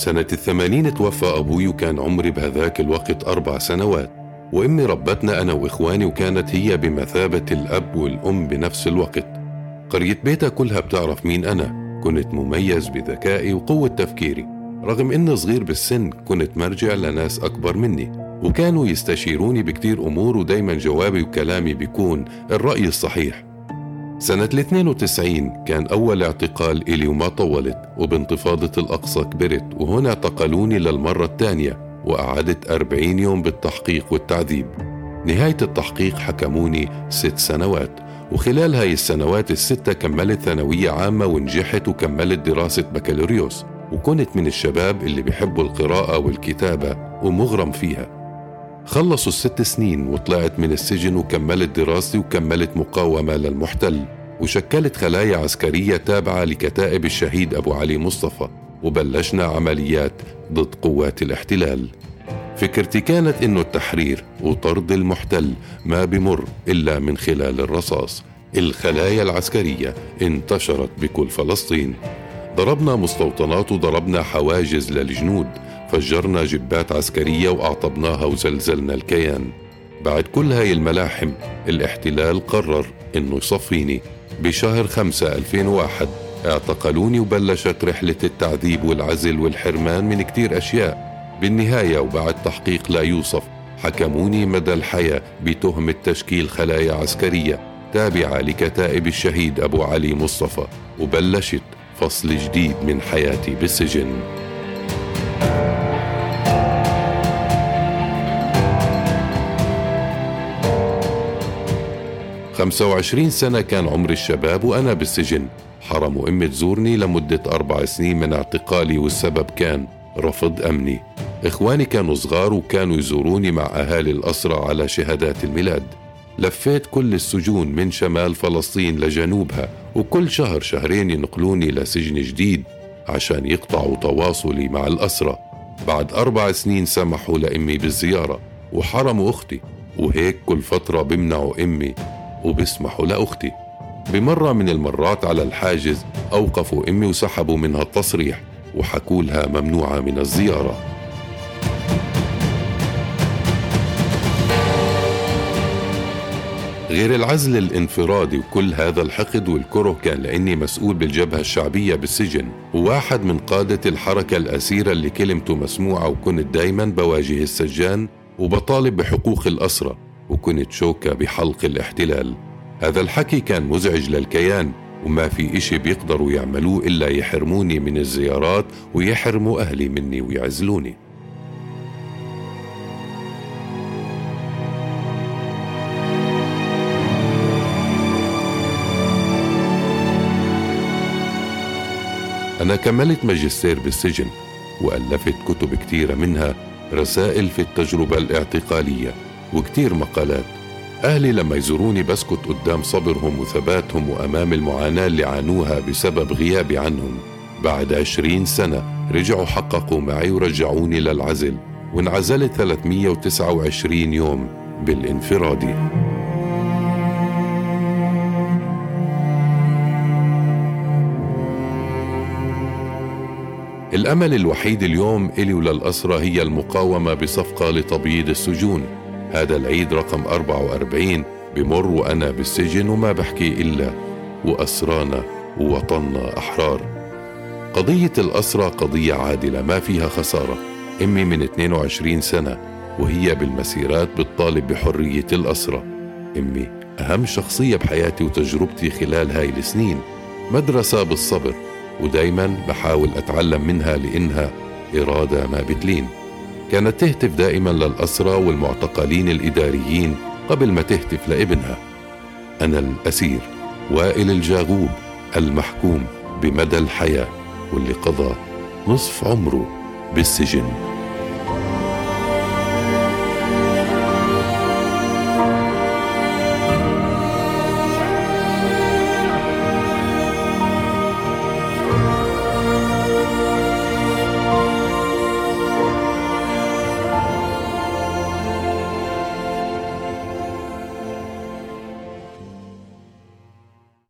سنة 80 توفى أبوي وكان عمري بهذاك الوقت 4 سنوات، وأمي ربتنا أنا وإخواني وكانت هي بمثابة الأب والأم بنفس الوقت. قرية بيتها كلها بتعرف مين أنا. كنت مميز بذكائي وقوة تفكيري، رغم إني صغير بالسن كنت مرجع لناس أكبر مني، وكانوا يستشيروني بكتير أمور، ودايما جوابي وكلامي بيكون الرأي الصحيح. سنة 92 كان أول اعتقال إلي وما طولت، وبانتفاضة الأقصى كبرت، وهنا اعتقلوني للمرة الثانية وقعدت 40 يوم بالتحقيق والتعذيب. نهاية التحقيق حكموني 6 سنوات، وخلال هاي السنوات ال6 كملت ثانوية عامة ونجحت وكملت دراسة بكالوريوس، وكنت من الشباب اللي بيحبوا القراءة والكتابة ومغرم فيها. خلصوا 6 سنين وطلعت من السجن وكملت دراستي وكملت مقاومة للمحتل، وشكلت خلايا عسكرية تابعة لكتائب الشهيد أبو علي مصطفى، وبلشنا عمليات ضد قوات الاحتلال. فكرتي كانت إنه التحرير وطرد المحتل ما بمر إلا من خلال الرصاص. الخلايا العسكرية انتشرت بكل فلسطين، ضربنا مستوطنات وضربنا حواجز للجنود، فجرنا جبات عسكرية وأعطبناها وزلزلنا الكيان. بعد كل هاي الملاحم الاحتلال قرر إنه يصفيني. بشهر 5 2001 اعتقلوني وبلشت رحلة التعذيب والعزل والحرمان من كتير أشياء. بالنهاية وبعد تحقيق لا يوصف حكموني مدى الحياة بتهمة تشكيل خلايا عسكرية تابعة لكتائب الشهيد أبو علي مصطفى، وبلشت فصل جديد من حياتي بالسجن. 25 سنة كان عمري الشباب وأنا بالسجن. حرموا أمي تزورني لمدة 4 سنين من اعتقالي، والسبب كان رفض أمني. إخواني كانوا صغار وكانوا يزوروني مع أهالي الأسرى على شهادات الميلاد. لفيت كل السجون من شمال فلسطين لجنوبها، وكل شهر شهرين ينقلوني لسجن جديد عشان يقطعوا تواصلي مع الأسرى. بعد 4 سنين سمحوا لأمي بالزيارة وحرموا أختي، وهيك كل فترة بمنعوا أمي وبسمحوا لأختي. بمرة من المرات على الحاجز أوقفوا أمي وسحبوا منها التصريح وحكوا لها ممنوعة من الزيارة. غير العزل الانفرادي وكل هذا الحقد والكره، كان لأني مسؤول بالجبهة الشعبية بالسجن، وواحد من قادة الحركة الأسيرة اللي كلمته مسموعة، وكنت دايما بواجه السجان وبطالب بحقوق الأسرى، وكنت شوكة بحلق الاحتلال. هذا الحكي كان مزعج للكيان، وما في إشي بيقدروا يعملوه إلا يحرموني من الزيارات ويحرموا أهلي مني ويعزلوني. أنا كملت ماجستير بالسجن، وألفت كتب كتيرة، منها رسائل في التجربة الاعتقالية وكتير مقالات. أهلي لما يزوروني بسكت قدام صبرهم وثباتهم وأمام المعاناة اللي عانوها بسبب غيابي عنهم. بعد 20 سنة رجعوا حققوا معي ورجعوني للعزل، وانعزلت 329 يوم بالانفرادي. الأمل الوحيد اليوم إلي وللأسرى هي المقاومة بصفقة لتبييض السجون. هذا العيد رقم 44 بمر وأنا بالسجن، وما بحكي إلا وأسرانا ووطننا أحرار. قضية الأسرى قضية عادلة ما فيها خسارة. أمي من 22 سنة وهي بالمسيرات بتطالب بحرية الأسرى. أمي أهم شخصية بحياتي وتجربتي خلال هاي السنين، مدرسة بالصبر، ودايما بحاول أتعلم منها لأنها إرادة ما بتلين. كانت تهتف دائما للأسرى والمعتقلين الإداريين قبل ما تهتف لابنها. أنا الأسير وائل الجاغوب المحكوم بمدى الحياة، واللي قضى نصف عمره بالسجن.